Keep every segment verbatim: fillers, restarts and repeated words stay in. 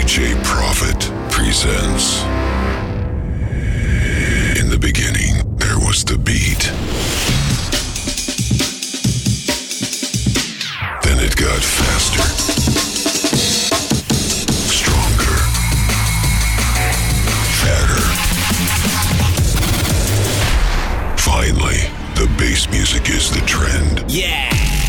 джей Prophet presents. In the beginning, there was the beat. Then it got faster, stronger, fatter. Finally, the bass music is the trend. Yeah!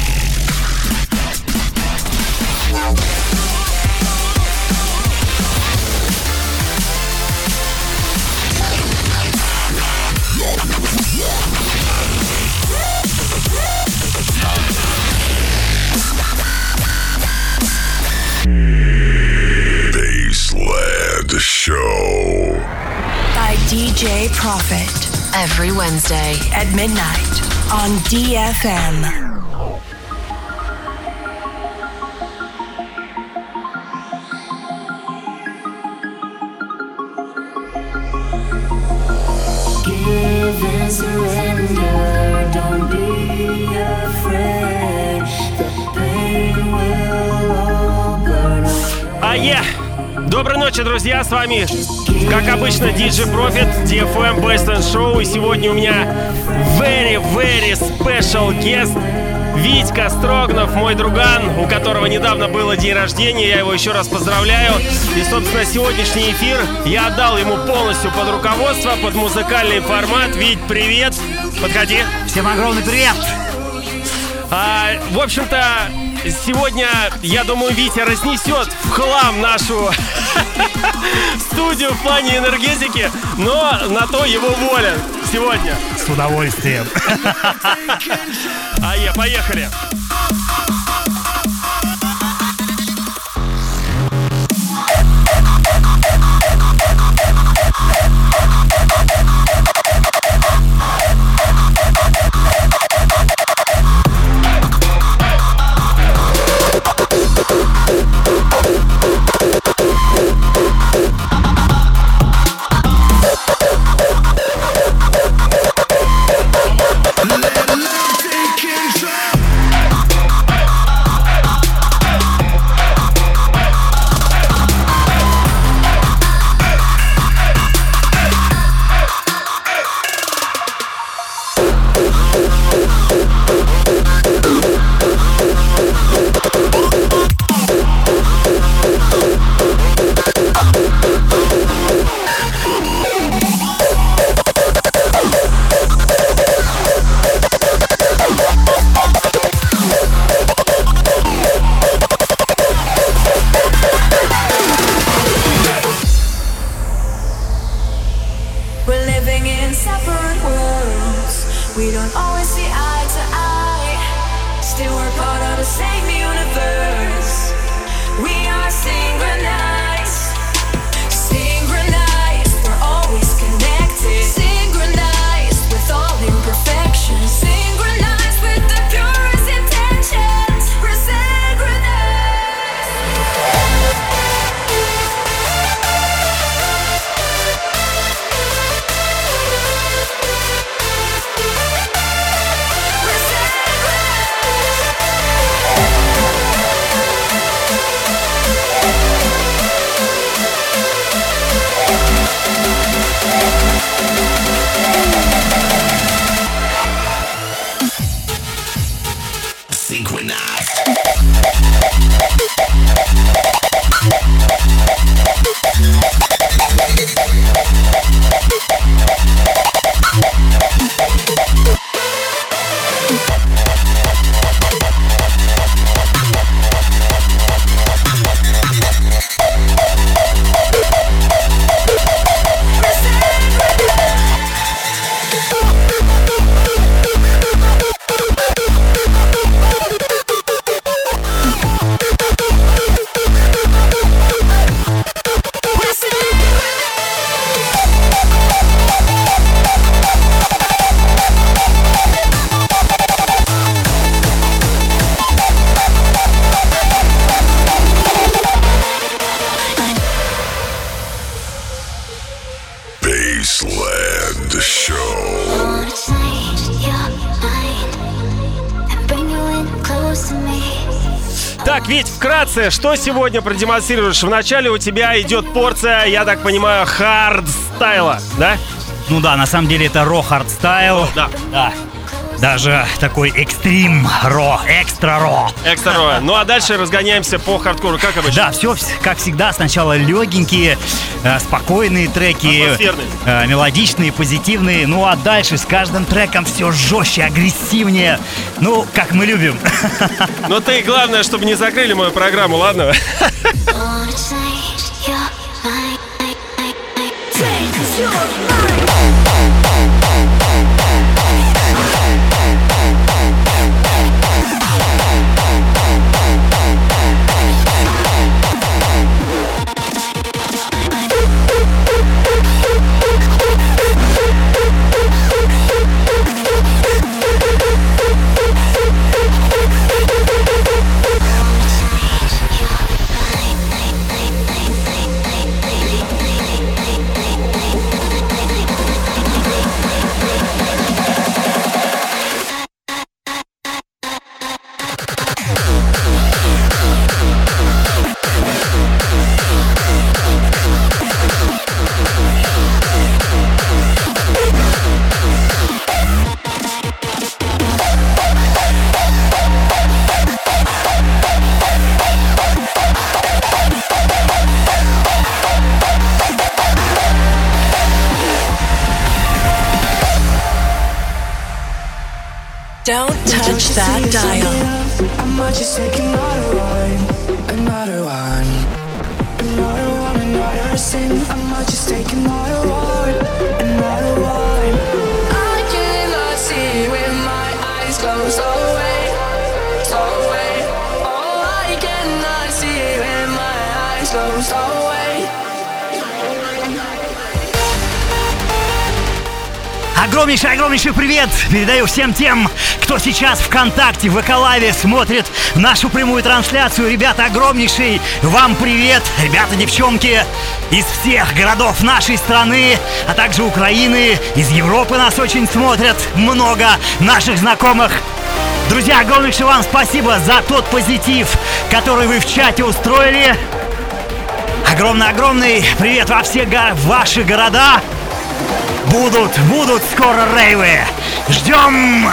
Bassland Show by ди джей Prophet every Wednesday at midnight on ди эф эм. Give and surrender, don't be afraid. The pain will all burn away. А я! Доброй ночи, друзья, с вами, как обычно, ди джей Prophet, ди эф эм Bassland Show. И сегодня у меня very, very special guest Витька Строгнов, мой друган, у которого недавно было день рождения. Я его еще раз поздравляю. И, собственно, сегодняшний эфир я отдал ему полностью под руководство, под музыкальный формат. Вить, привет! Подходи. Всем огромный привет! А, в общем-то, сегодня, я думаю, Витя разнесет в хлам нашу студию в плане энергетики, но на то его воля сегодня. С удовольствием. А я, поехали. Так, Вить, вкратце, что сегодня продемонстрируешь? Вначале у тебя идет порция, я так понимаю, хардстайла, да? Ну да, на самом деле это ро-хардстайл. Да. Да. Даже такой экстрим ро, экстра ро. Экстра ро. Ну а дальше разгоняемся по хардкору, как обычно. Да, все как всегда. Сначала легенькие, э, спокойные треки, э, мелодичные, позитивные. Ну а дальше с каждым треком все жестче, агрессивнее. Ну, как мы любим. Но ты, главное, чтобы не закрыли мою программу, ладно? Don't touch that dial. I might just take another one, another one, another one, another sin. I might just take another one, another one. I cannot see with my eyes closed away, so away. Oh, I cannot see with my eyes closed away. Огромнейший, огромнейший привет передаю всем тем, кто сейчас ВКонтакте, в ВК-лайве смотрит нашу прямую трансляцию. Ребята, огромнейший вам привет. Ребята, девчонки из всех городов нашей страны, а также Украины, из Европы нас очень смотрят. Много наших знакомых. Друзья, огромнейший вам спасибо за тот позитив, который вы в чате устроили. Огромный-огромный привет во все го- ваши города. Будут, будут скоро рейвы. Ждем!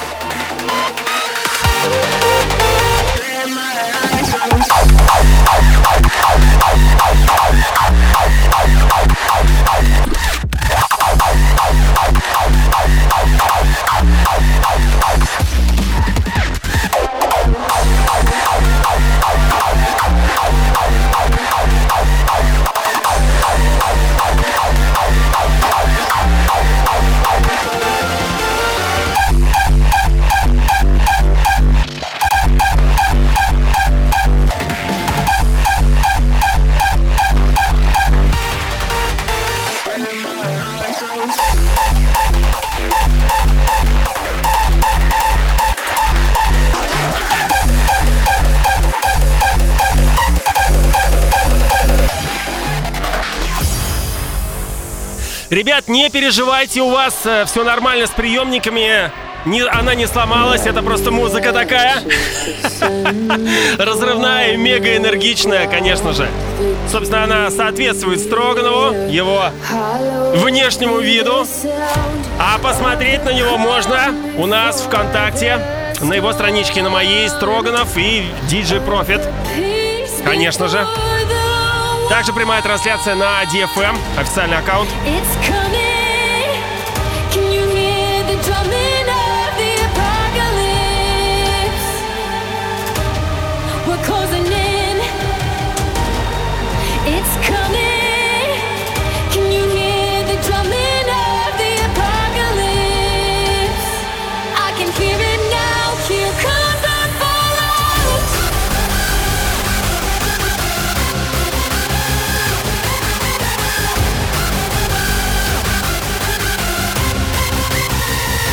Ребят, не переживайте, у вас э, все нормально с приемниками. Не, она не сломалась, это просто музыка такая. Разрывная и мега энергичная, конечно же. Собственно, она соответствует Строганову, его внешнему виду. А посмотреть на него можно у нас ВКонтакте, на его страничке, на моей, Строганов и диджей Profit. Конечно же. Также прямая трансляция на ди эф эм, официальный аккаунт.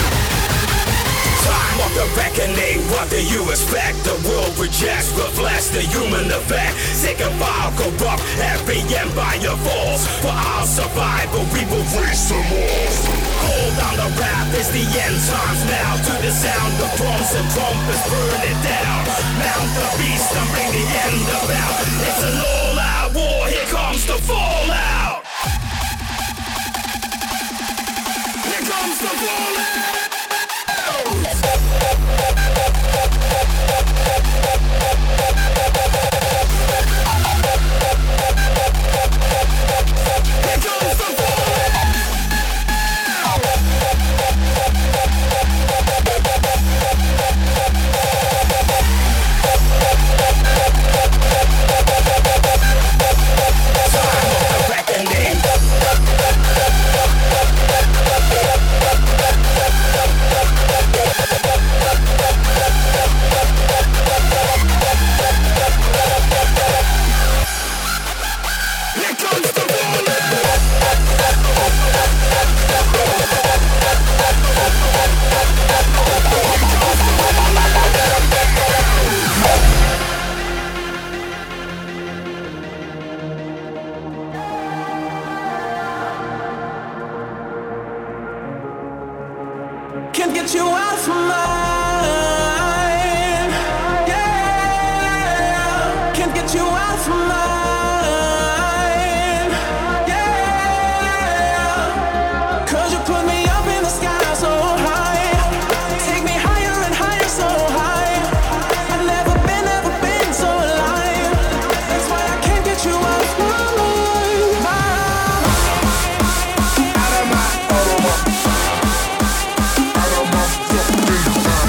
What do you expect? The world rejects, but blessed the human effect. Sick and vile, corrupt, every empire falls. For our survival, we will raise some more. Hold down the rap, it's the end times now. To the sound of drums and trumpets, burn it down. Mount the beast and bring the end about. It's an all-out war, here comes the fallout. Here comes the fallout. Can't get you out from mine, yeah. Can't get you out from mine, yeah. 'Cause you put me up in the sky so high, take me higher and higher so high. I've never been, never been so alive. That's why I can't get you out from mine. Out of my, out of my.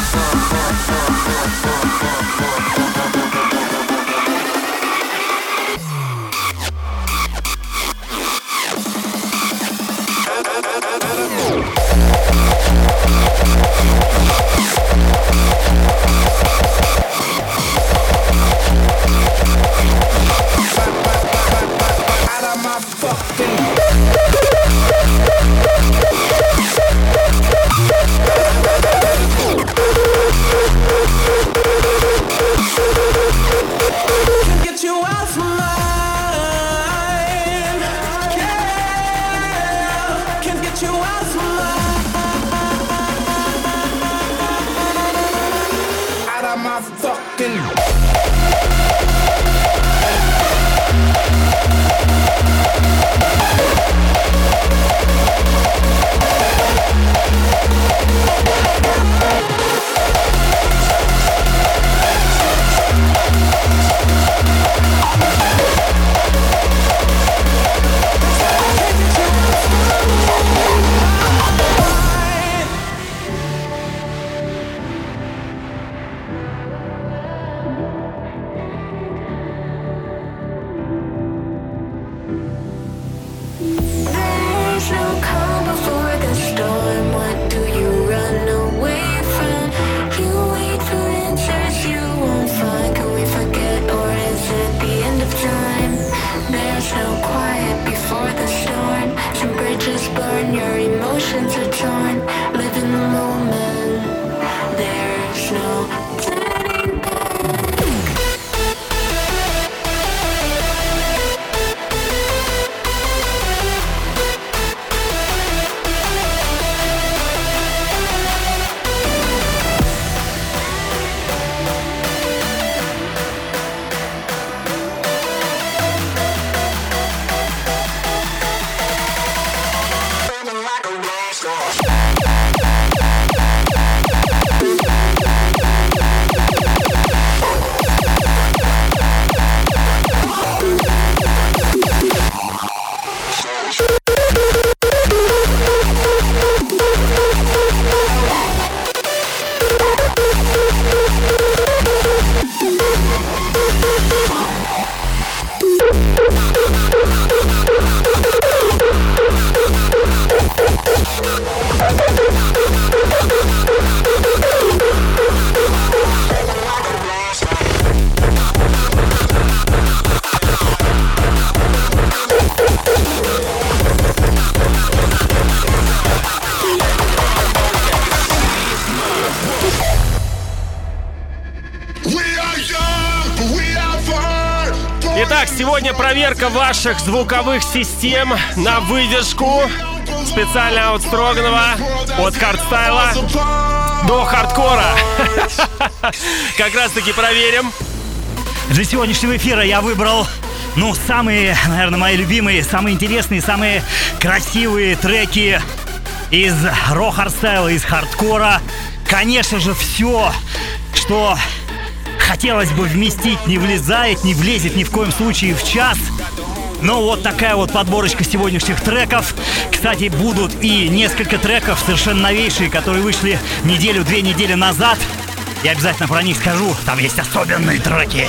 сегодня проверка ваших звуковых систем на выдержку. Специально от Строганова, от хардстайла до хардкора. Как раз таки проверим. Для сегодняшнего эфира я выбрал, ну, самые, наверное, мои любимые, самые интересные, самые красивые треки из рок-хардстайла, из хардкора. Конечно же, все, что хотелось бы вместить, не влезает, не влезет ни в коем случае в час. Но вот такая вот подборочка сегодняшних треков. Кстати, будут и несколько треков совершенно новейшие, которые вышли неделю-две недели назад. Я обязательно про них скажу. Там есть особенные треки.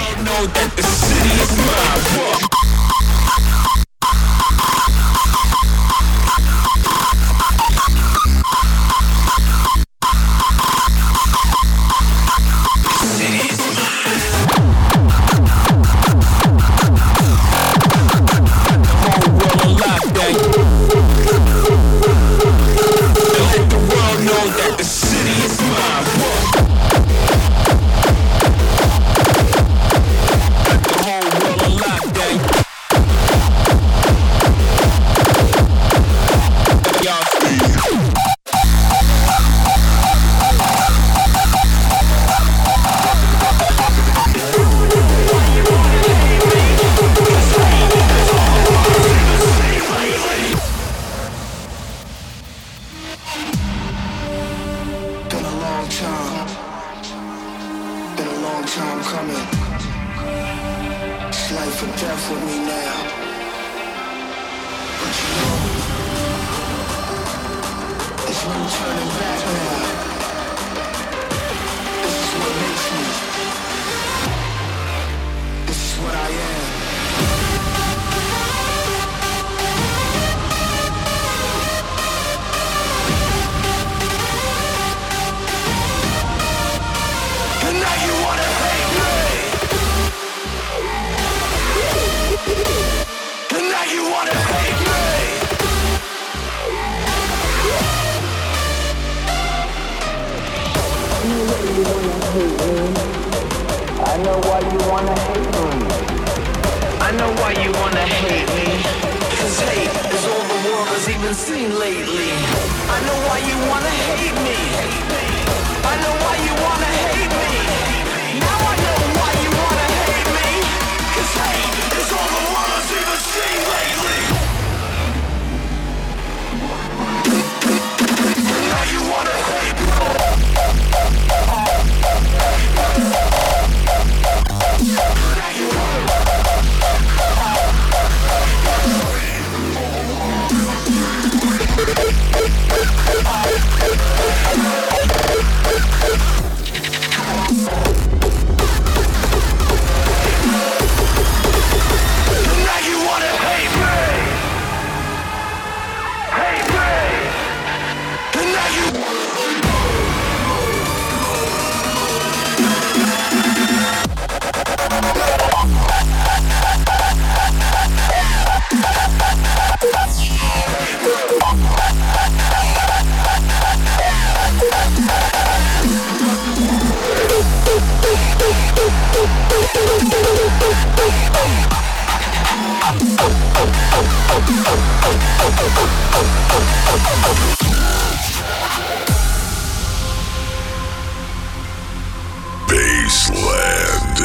Baseland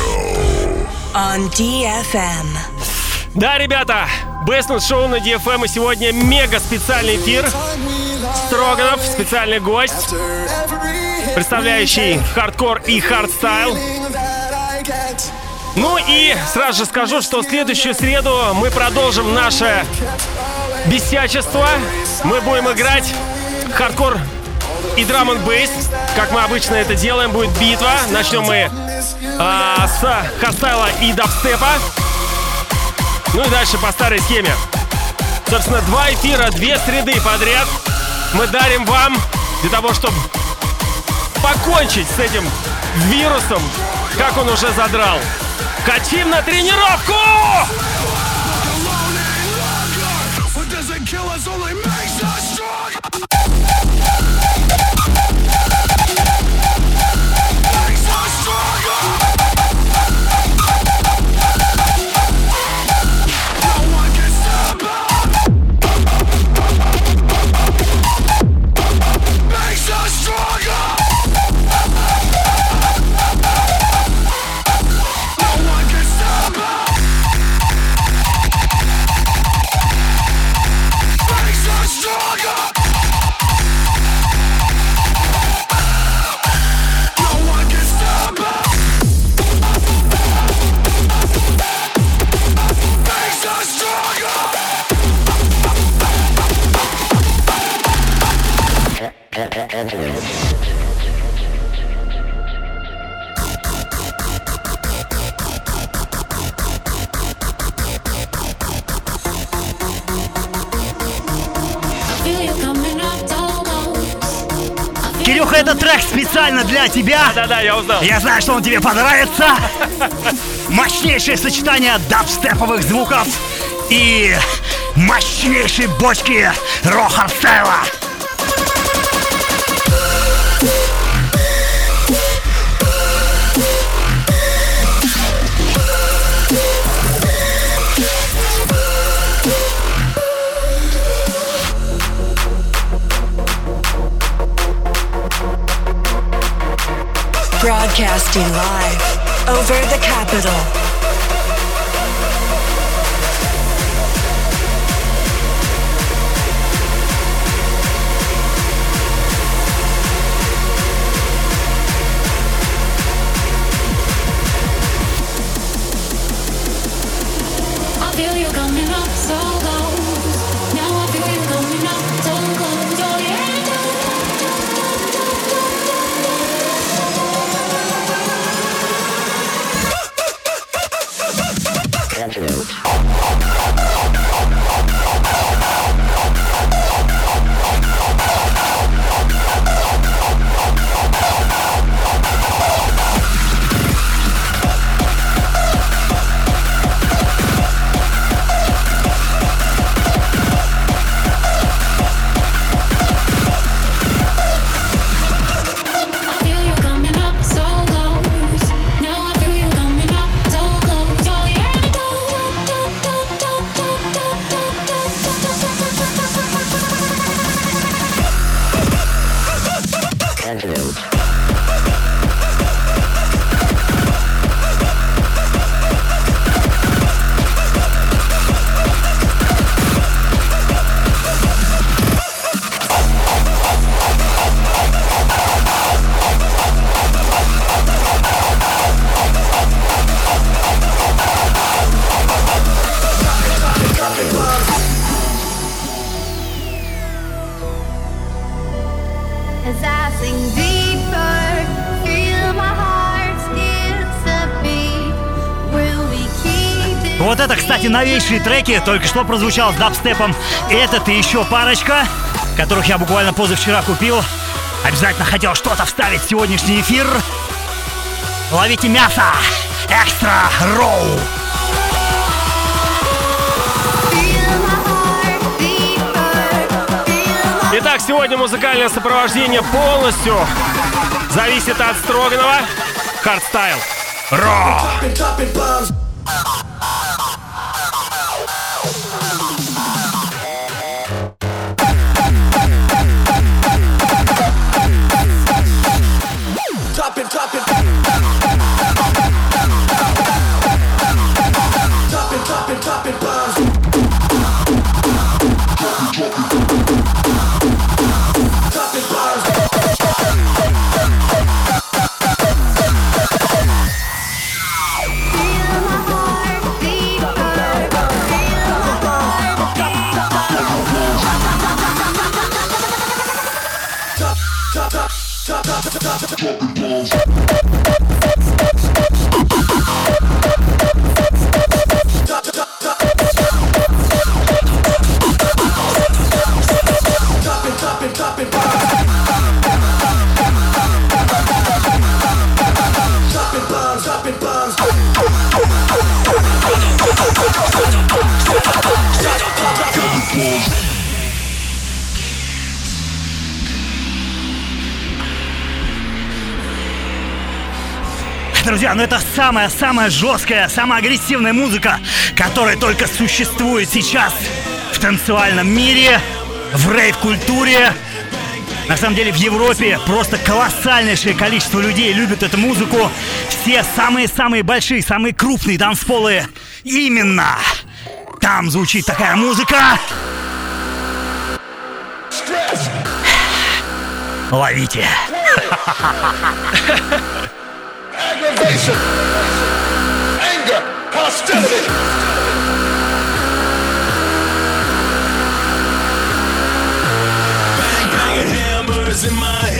Show on ди эф эм. Да, ребята, Baseland Show на ди эф эм, и сегодня мега специальный эфир. Строганов, специальный гость, представляющий хардкор и хардстайл. Ну и сразу же скажу, что в следующую среду мы продолжим наше бесячество. Мы будем играть хардкор и драм н бейс, как мы обычно это делаем. Будет битва. Начнем мы а, с хардстайла и дабстепа. Ну и дальше по старой схеме. Собственно, два эфира, две среды подряд мы дарим вам для того, чтобы покончить с этим вирусом, как он уже задрал. Катим на тренировку! Кирюха, этот трек специально для тебя. Да-да-да, я узнал. Я знаю, что он тебе понравится. Мощнейшее сочетание дабстеповых звуков и мощнейшие бочки рок-хардстайла. Broadcasting live over the capital. I feel you coming up so close. Now I feel you coming up so close. Oh yeah. Вот это, кстати, новейшие треки, только что прозвучал с дабстепом. Этот и еще парочка, которых я буквально позавчера купил. Обязательно хотел что-то вставить в сегодняшний эфир. Ловите мясо! Экстра роу! Итак, сегодня музыкальное сопровождение полностью зависит от Строганова. Хардстайл. Ро! Друзья, ну это самая-самая жесткая, самая агрессивная музыка, которая только существует сейчас в танцевальном мире, в рейв-культуре. На самом деле в Европе просто колоссальнейшее количество людей любят эту музыку. Все самые-самые большие, самые крупные танцполы именно там звучит такая музыка. Ловите. Aggravation, anger, hostility. Bang, banging hammers in my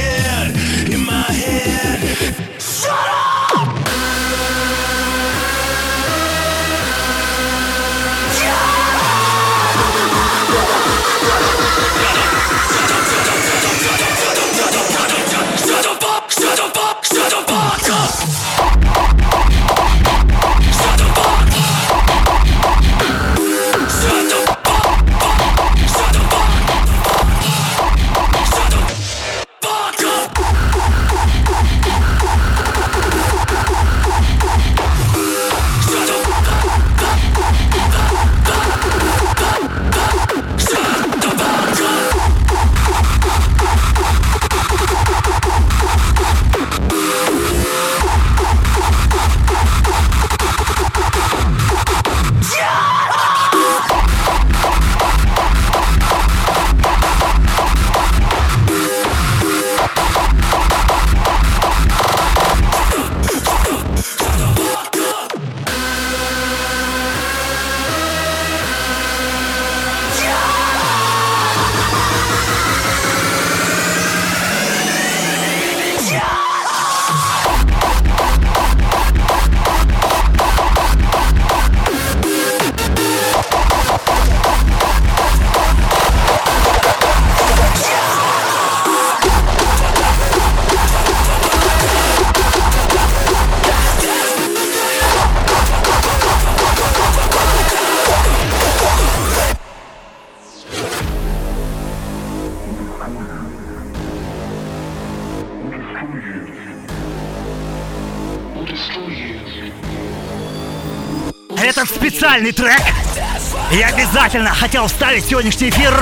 этот специальный трек я обязательно хотел вставить в сегодняшний эфир.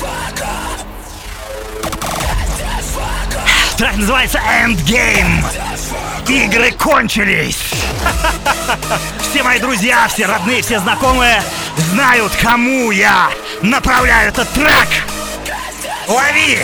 Трек называется Endgame. Игры кончились. Все мои друзья, все родные, все знакомые знают, кому я направляю этот трек. Лови!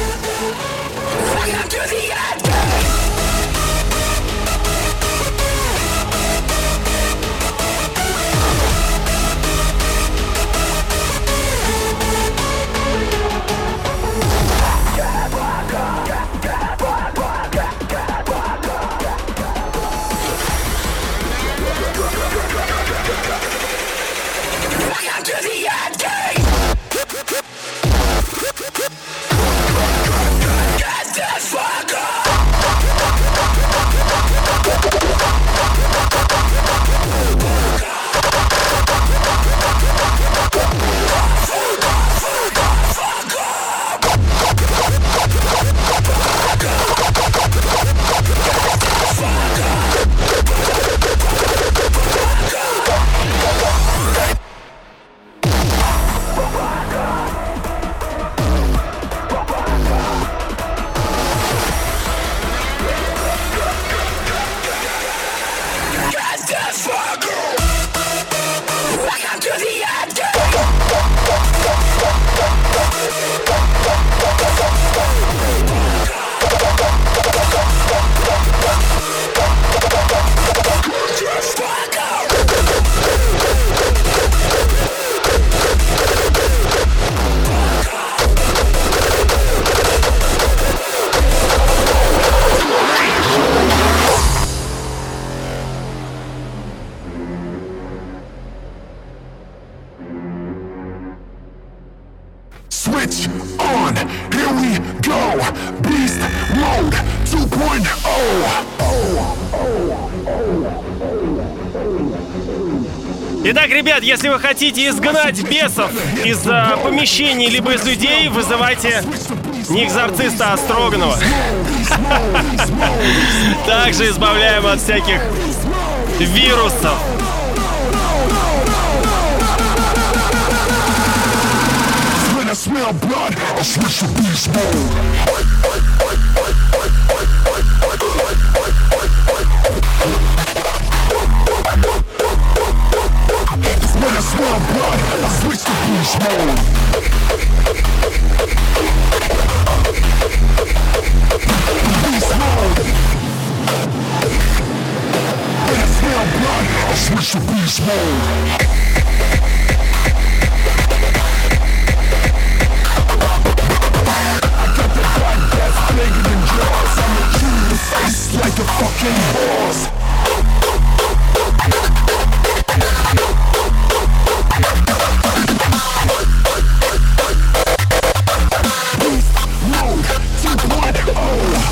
Switch on, here we go. Beast mode two point oh. Итак, ребят, если вы хотите изгнать бесов из а, помещений либо из людей, вызывайте не экзорциста, а Строганова. Также избавляем от всяких вирусов. Smell blood, I'll switch to beast mode. When I smell blood, I'll switch to beast mode. Beast mode. When I smell blood, I'll switch to beast mode. Bigger than jaws, I'ma chew your face like a fucking boss. Beast mode two point oh.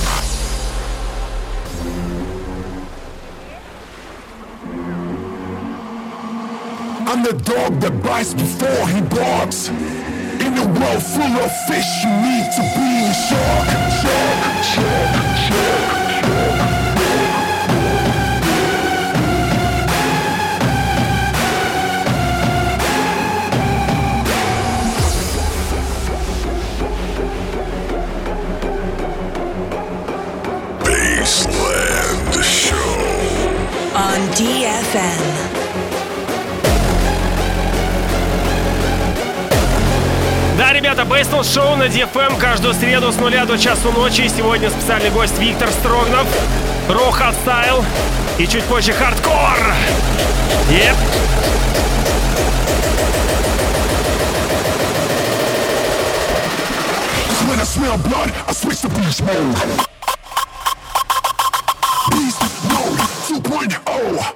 I'm the dog that bites before he barks. In a world full of fish, you need to be a shark. Shark, shark, shark. Baseland Show on ди эф эм. Да, ребята, Baseland Show на ди эф эм каждую среду с нуля до часу ночи. Сегодня специальный гость Виктор Строганов, Raw Hostile и чуть позже Хардкор. Yep. When I smell blood, I switch to beast mode. Beast mode two point oh.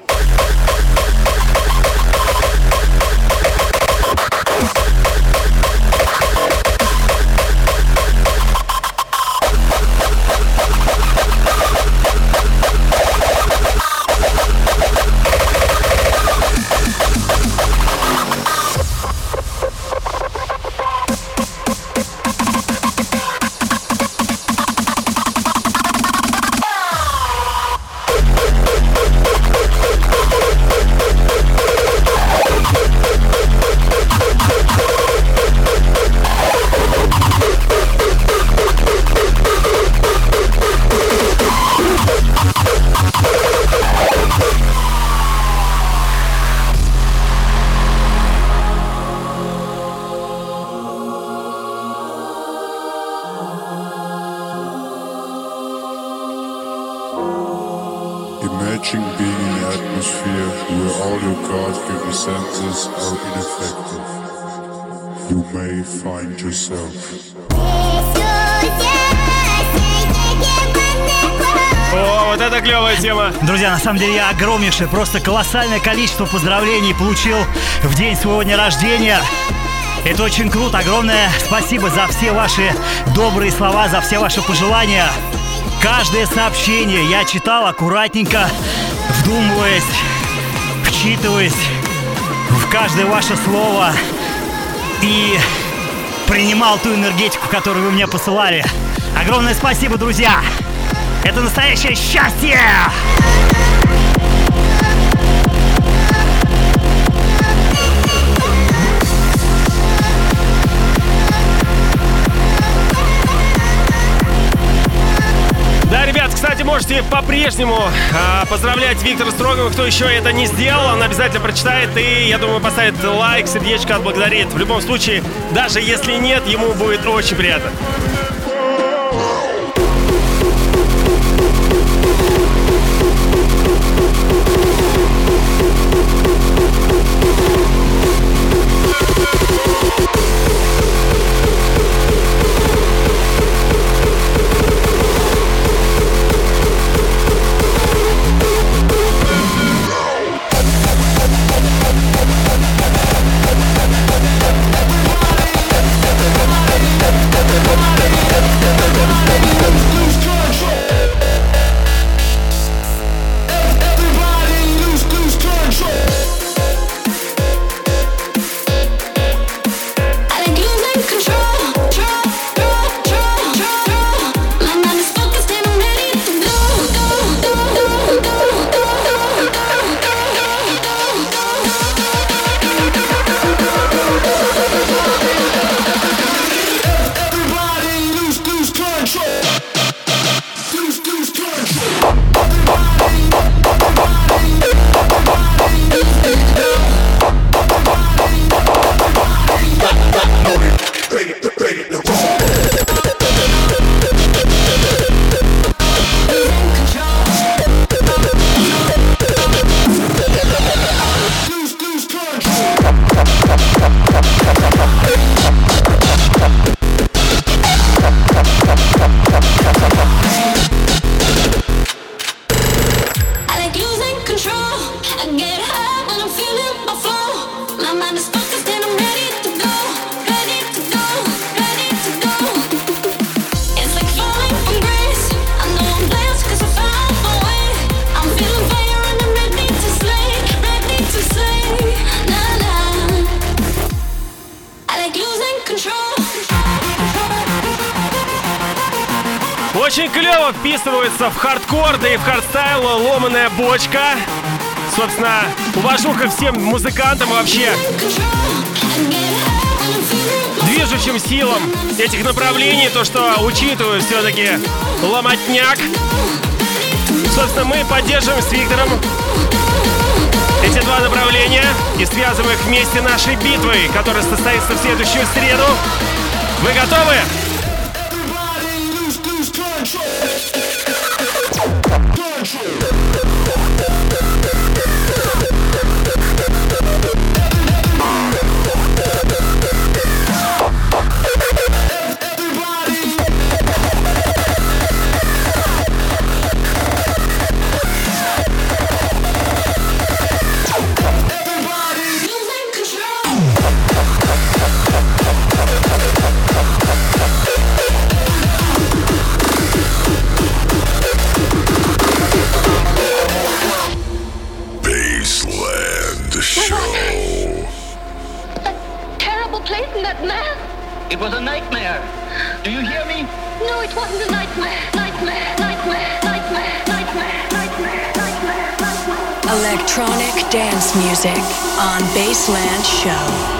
where all your God-given senses are ineffective, you may find yourself. О, вот это клевая тема. Друзья, на самом деле я огромнейшее, просто колоссальное количество поздравлений получил в день своего дня рождения. Это очень круто. Огромное спасибо за все ваши добрые слова, за все ваши пожелания. Каждое сообщение я читал аккуратненько, вдумываясь, вчитываясь в каждое ваше слово и принимал ту энергетику, которую вы мне посылали. Огромное спасибо, друзья! Это настоящее счастье! Да, ребят, кстати, можете по-прежнему э, поздравлять Виктора Строгова. Кто еще это не сделал, он обязательно прочитает и, я думаю, поставит лайк, сердечко, отблагодарит. В любом случае, даже если нет, ему будет очень приятно. Очень клево вписывается в хардкор, да и в хардстайл ломаная бочка. Собственно, уважуха всем музыкантам и вообще движущим силам этих направлений, то, что учитывают все-таки ломотняк. Собственно, мы поддерживаем с Виктором эти два направления и связываем их вместе нашей битвой, которая состоится в следующую среду. Вы готовы? It was a nightmare. Do you hear me? No, it wasn't a nightmare. Nightmare, nightmare, nightmare, nightmare, nightmare, nightmare, nightmare. Electronic dance music on Baseland Show.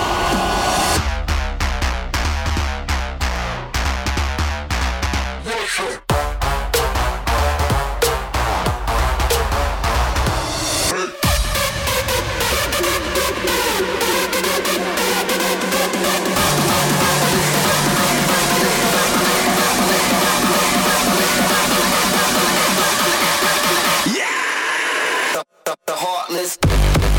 The heartless.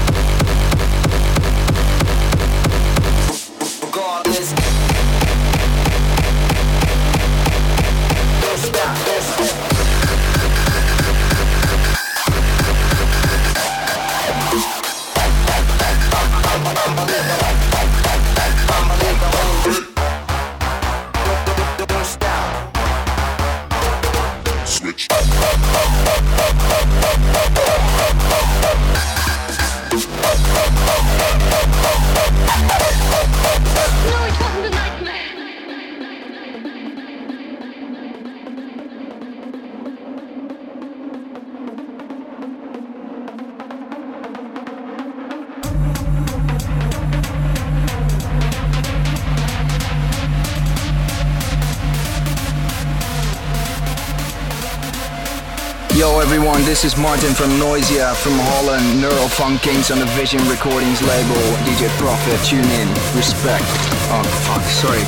Yo everyone, this is Martin from Noisia from Holland, Neural Funk Kings on the Vision Recordings label, D J Prophet, tune in, respect. Oh fuck, sorry.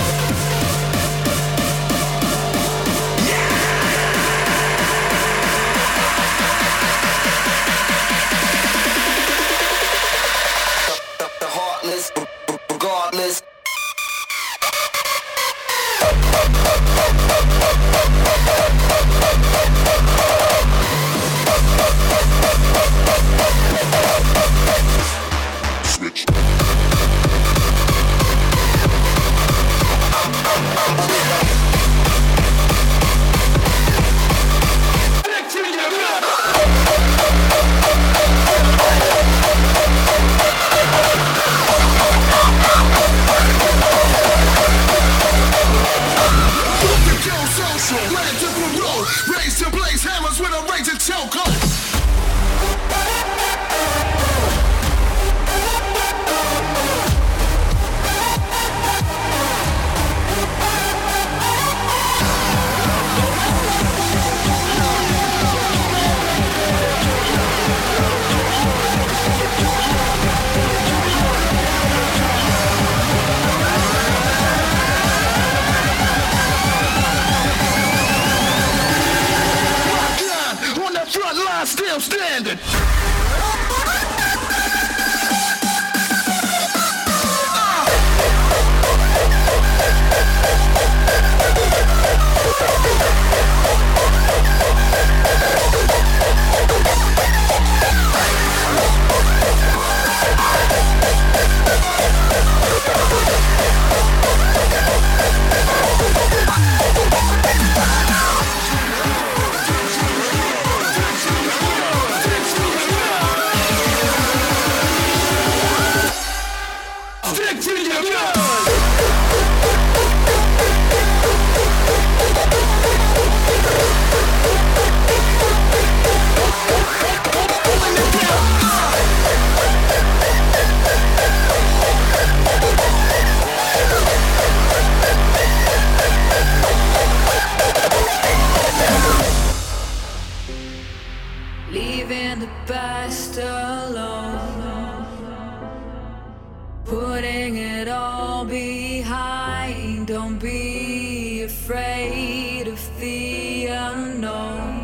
Regardless. Switch. Raise to blaze hammers with a razor choke. Still standing. Leaving the past alone, putting it all behind. Don't be afraid of the unknown.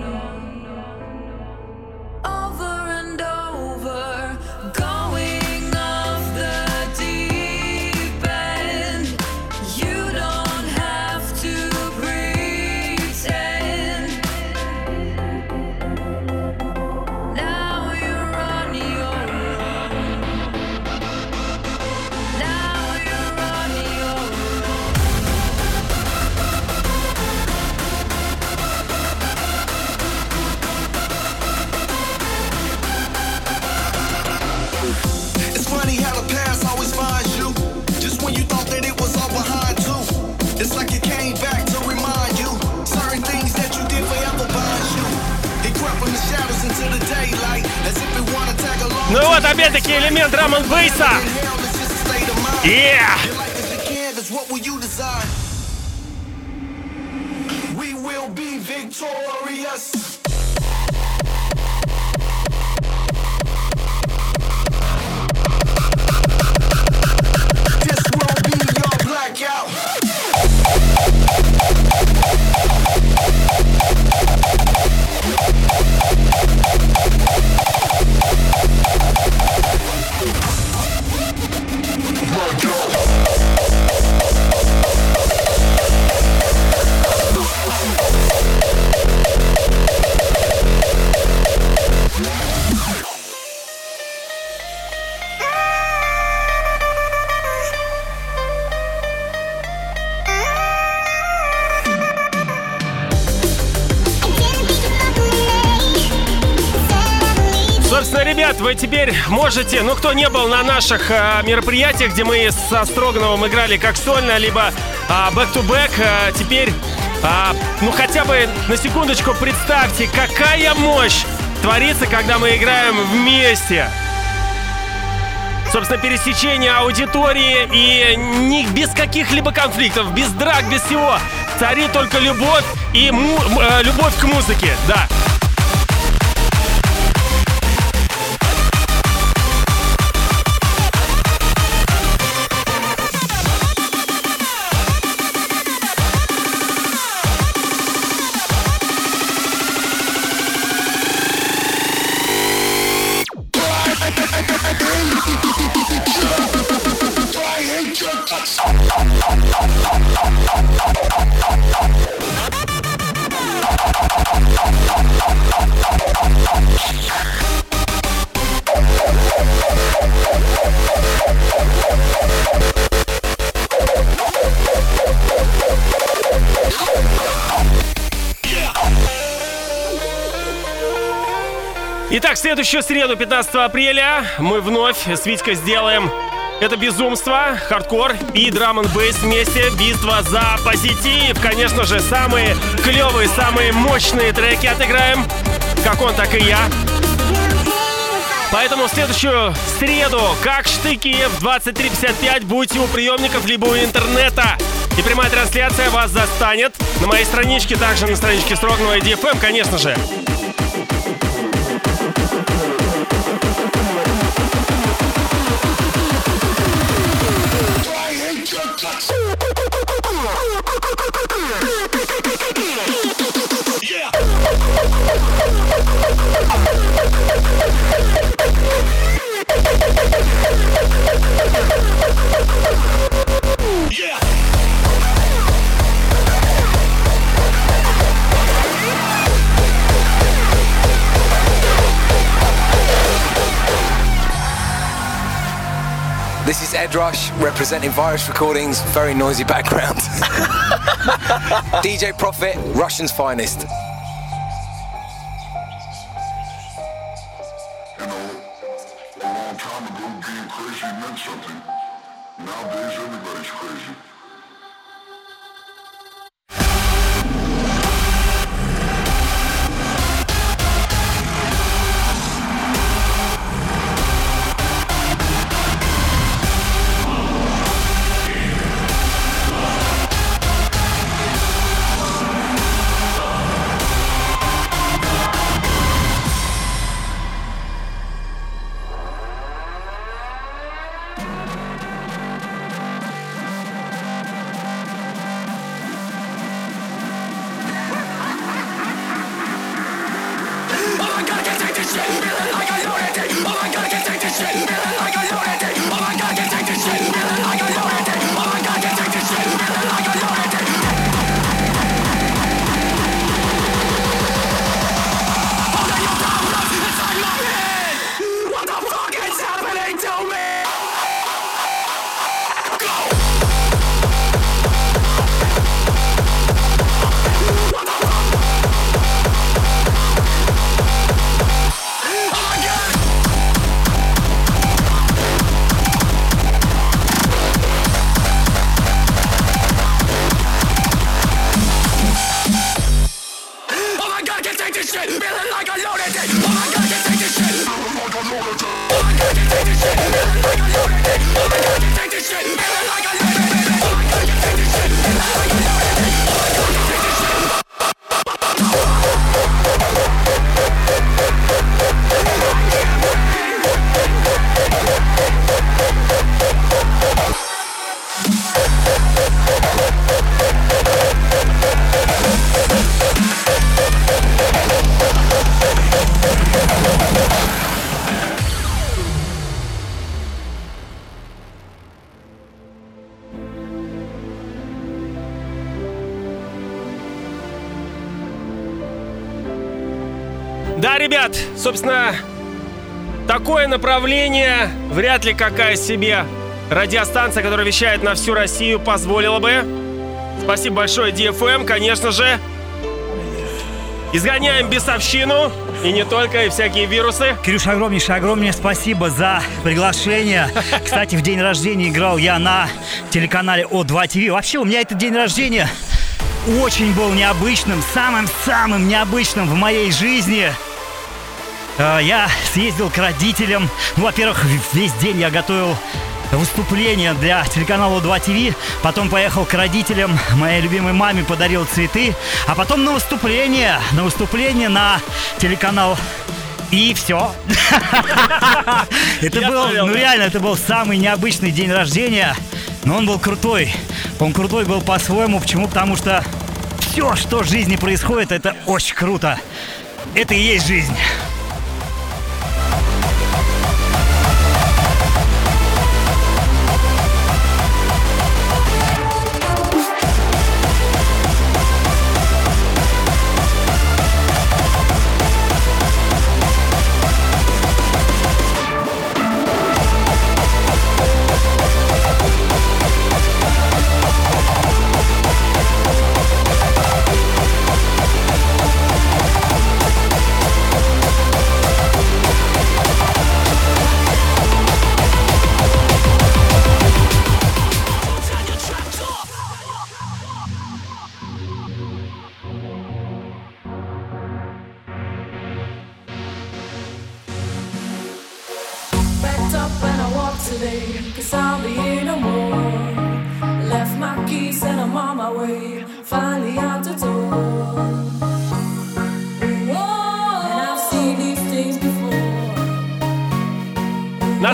Over and over, going off the deep end. You don't have to pretend. Now you're on your own. Now you're on your own. It's funny how the past always finds you, just when you thought that it was all behind you. It's like it came back to remind you certain things that you did forever bind you. It crept from the shadows into the daylight, as if it wanna tag along. Ну вот, опять-таки, элемент драм-н-бейса. Yeah! What will you design? We will be victorious. This will be your blackout. Собственно, ребят, вы теперь можете, ну кто не был на наших а, мероприятиях, где мы со Строгановым играли как сольно, либо а, back-to-back, а, теперь, а, ну хотя бы на секундочку представьте, какая мощь творится, когда мы играем вместе. Собственно, пересечение аудитории и не, без каких-либо конфликтов, без драк, без всего. Царит только любовь и му, э, любовь к музыке, да. Итак, в следующую среду, пятнадцатого апреля, мы вновь с Витькой сделаем это безумство, хардкор и драм-н-бейс вместе. Битва за позитив. Конечно же, самые клевые, самые мощные треки отыграем. Как он, так и я. Поэтому в следующую среду, как штыки, в двадцать три пятьдесят пять будьте у приемников либо у интернета. И прямая трансляция вас застанет на моей страничке, также на страничке Строгного и ди эф эм, конечно же. This is Ed Rush representing Virus Recordings, very noisy background. D J Prophet, Russian's finest. You know, a long time ago being crazy meant something. Nowadays everybody's crazy. Да, ребят, собственно, такое направление вряд ли какая себе радиостанция, которая вещает на всю Россию, позволила бы. Спасибо большое ди эф эм, конечно же. Изгоняем бесовщину, и не только, и всякие вирусы. Кирюш, огромнейшее, огромное спасибо за приглашение. Кстати, в день рождения играл я на телеканале О два ти ви. Вообще, у меня этот день рождения очень был необычным, самым-самым необычным в моей жизни. Я съездил к родителям. Ну, во-первых, весь день я готовил выступление для телеканала О два ти ви. Потом поехал к родителям, моей любимой маме подарил цветы. А потом на выступление, на выступление на телеканал. И все. Это был, ну реально, это был самый необычный день рождения. Но он был крутой. Он крутой был по-своему. Почему? Потому что все, что в жизни происходит, это очень круто. Это и есть жизнь.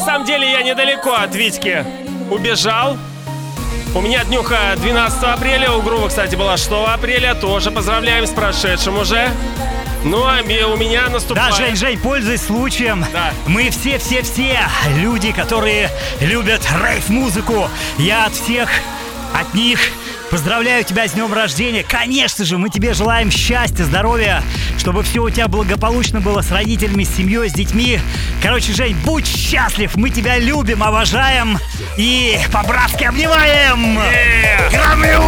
самом деле я недалеко от Витьки убежал. У меня днюха двенадцатого апреля, у Грува, кстати, была шестого апреля. Тоже поздравляем с прошедшим уже. Ну, а у меня наступает... Да, Жень, Жень, пользуясь случаем, да. Мы все-все-все люди, которые любят рейв-музыку. Я от всех, от них поздравляю тебя с днем рождения. Конечно же, мы тебе желаем счастья, здоровья, чтобы все у тебя благополучно было с родителями, с семьей, с детьми. Короче, Жень, будь счастлив, мы тебя любим, обожаем и по-братски обнимаем! Громлю!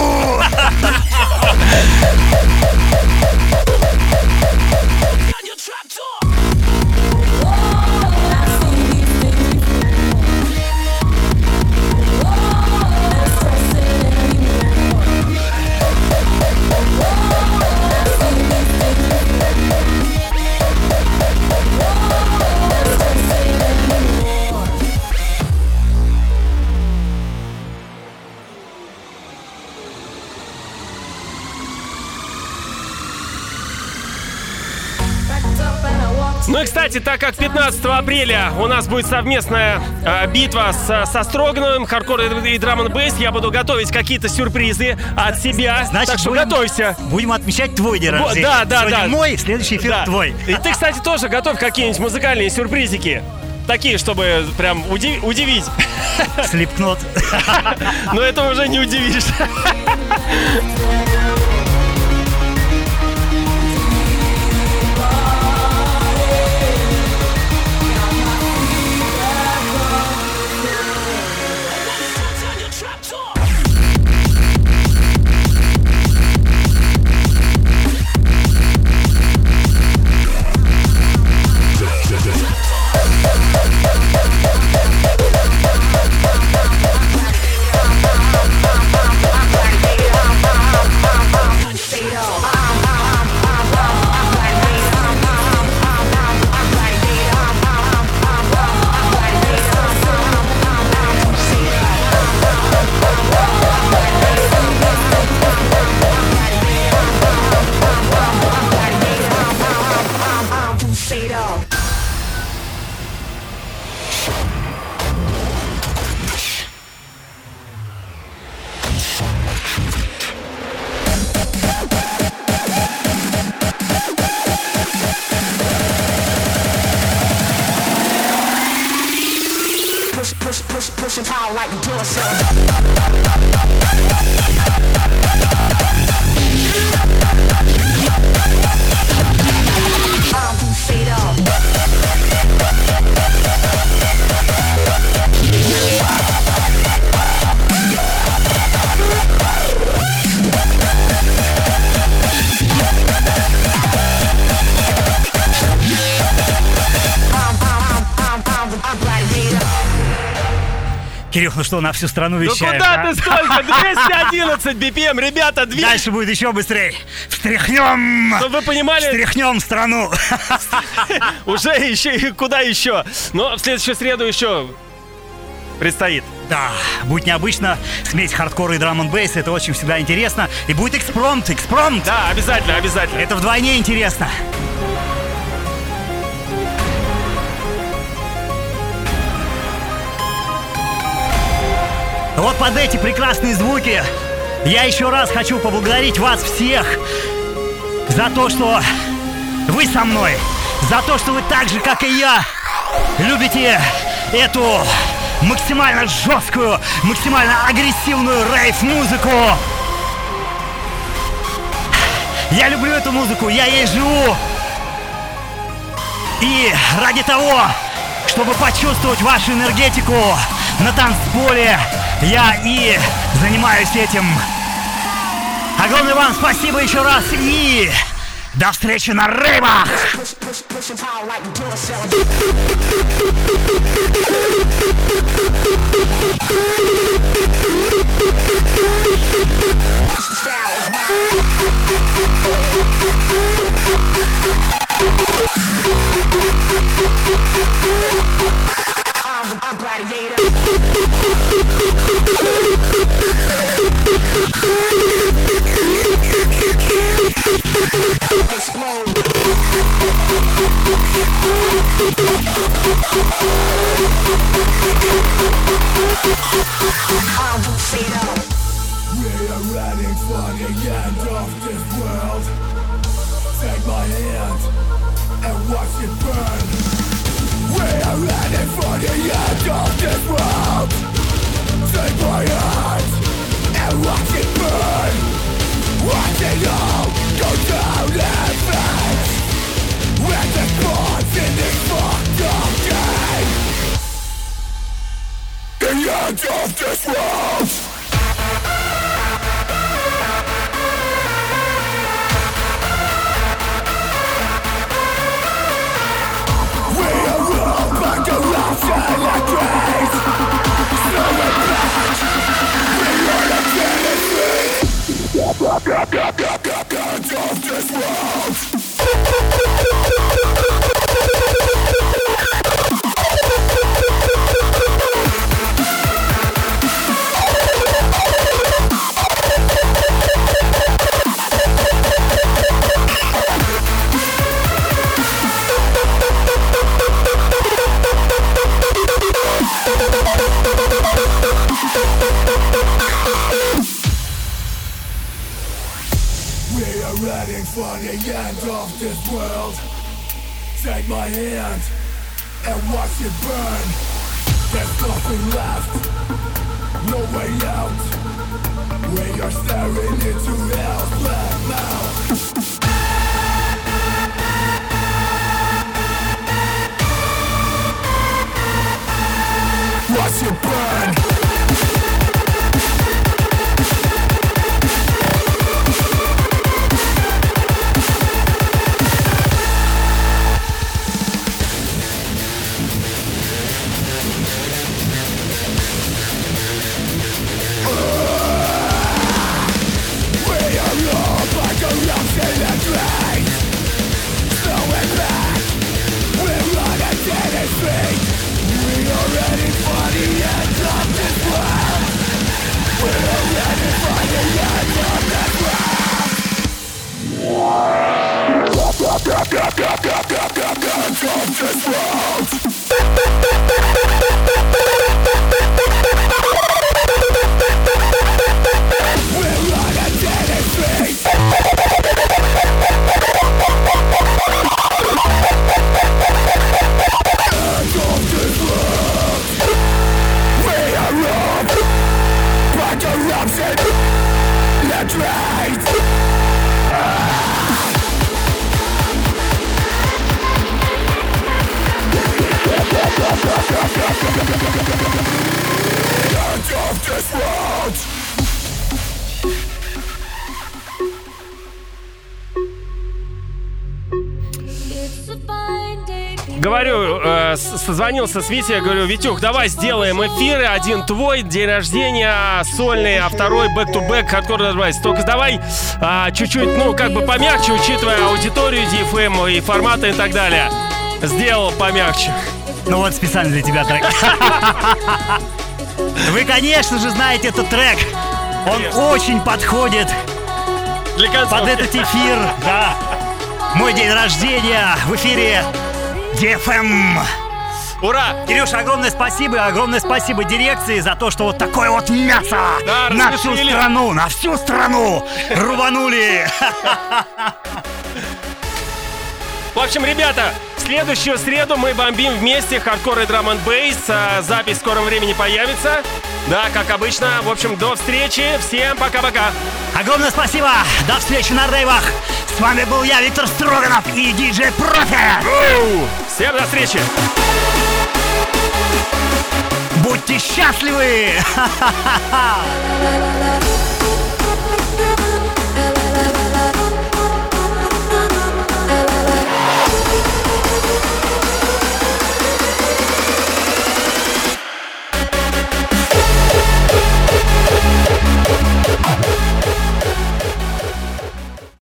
Ну и, кстати, так как пятнадцатого апреля у нас будет совместная э, битва с, со Строгановым, хардкор и драм н бейс, я буду готовить какие-то сюрпризы от себя. Значит, так что будем, готовься. Будем отмечать твой день рождения. Да, да, Сегодня да. мой, следующий эфир да. твой. И ты, кстати, тоже готовь какие-нибудь музыкальные сюрпризики. Такие, чтобы прям удив- удивить. Слипкнот. Но это уже не удивишь. Кирилл, ну что, на всю страну вещаешь? Ну куда а? ты столько? двести одиннадцать би пи эм, ребята, две... Дальше будет еще быстрее. Встряхнем! Чтобы вы понимали... Встряхнем страну! Уже еще и куда еще? Но в следующую среду еще предстоит. Да, будет необычно. Смесь хардкора и драм н бейс, это очень всегда интересно. И будет экспромт, экспромт! Да, обязательно, обязательно. Это вдвойне интересно. Вот под эти прекрасные звуки я еще раз хочу поблагодарить вас всех за то, что вы со мной, за то, что вы так же, как и я, любите эту максимально жесткую, максимально агрессивную рейв-музыку. Я люблю эту музыку, я ей живу. И ради того, чтобы почувствовать вашу энергетику на танцполе, я и занимаюсь этим. Огромное вам спасибо еще раз и до встречи на рейвах! I'm Gladiator. Explode. my hands and watch it burn. Watch it all go down in flames. We're the pawns in this fucked up game. The end of this world. We are all back to lost in the trees. Snowing back, we are the tennis end of this world. Ready for the end of this world. Take my hand and watch it burn. There's nothing left, no way out. We are staring into hell's black mouth. Watch it burn. Говорю, э, созвонился с Витей, говорю: Витюх, давай сделаем эфиры. Один твой, день рождения, сольный, а второй back-to-back, хардкор называется. Только давай э, чуть-чуть, ну, как бы помягче, учитывая аудиторию ди эф эм и форматы и так далее. Сделал помягче. Ну вот специально для тебя трек. Вы, конечно же, знаете этот трек. Он конечно. Очень подходит под этот эфир. Да. Мой день рождения в эфире ди эф эм. Ура! Кирюша, огромное спасибо, огромное спасибо дирекции за то, что вот такое вот мясо да, на всю страну, на всю страну рубанули. В общем, ребята, в следующую среду мы бомбим вместе хардкор и драм энд бейс. Запись в скором времени появится. Да, как обычно. В общем, до встречи. Всем пока-пока. Огромное спасибо. До встречи на рейвах. С вами был я, Виктор Строганов и диджей Профит. Всем до встречи. Будьте счастливы.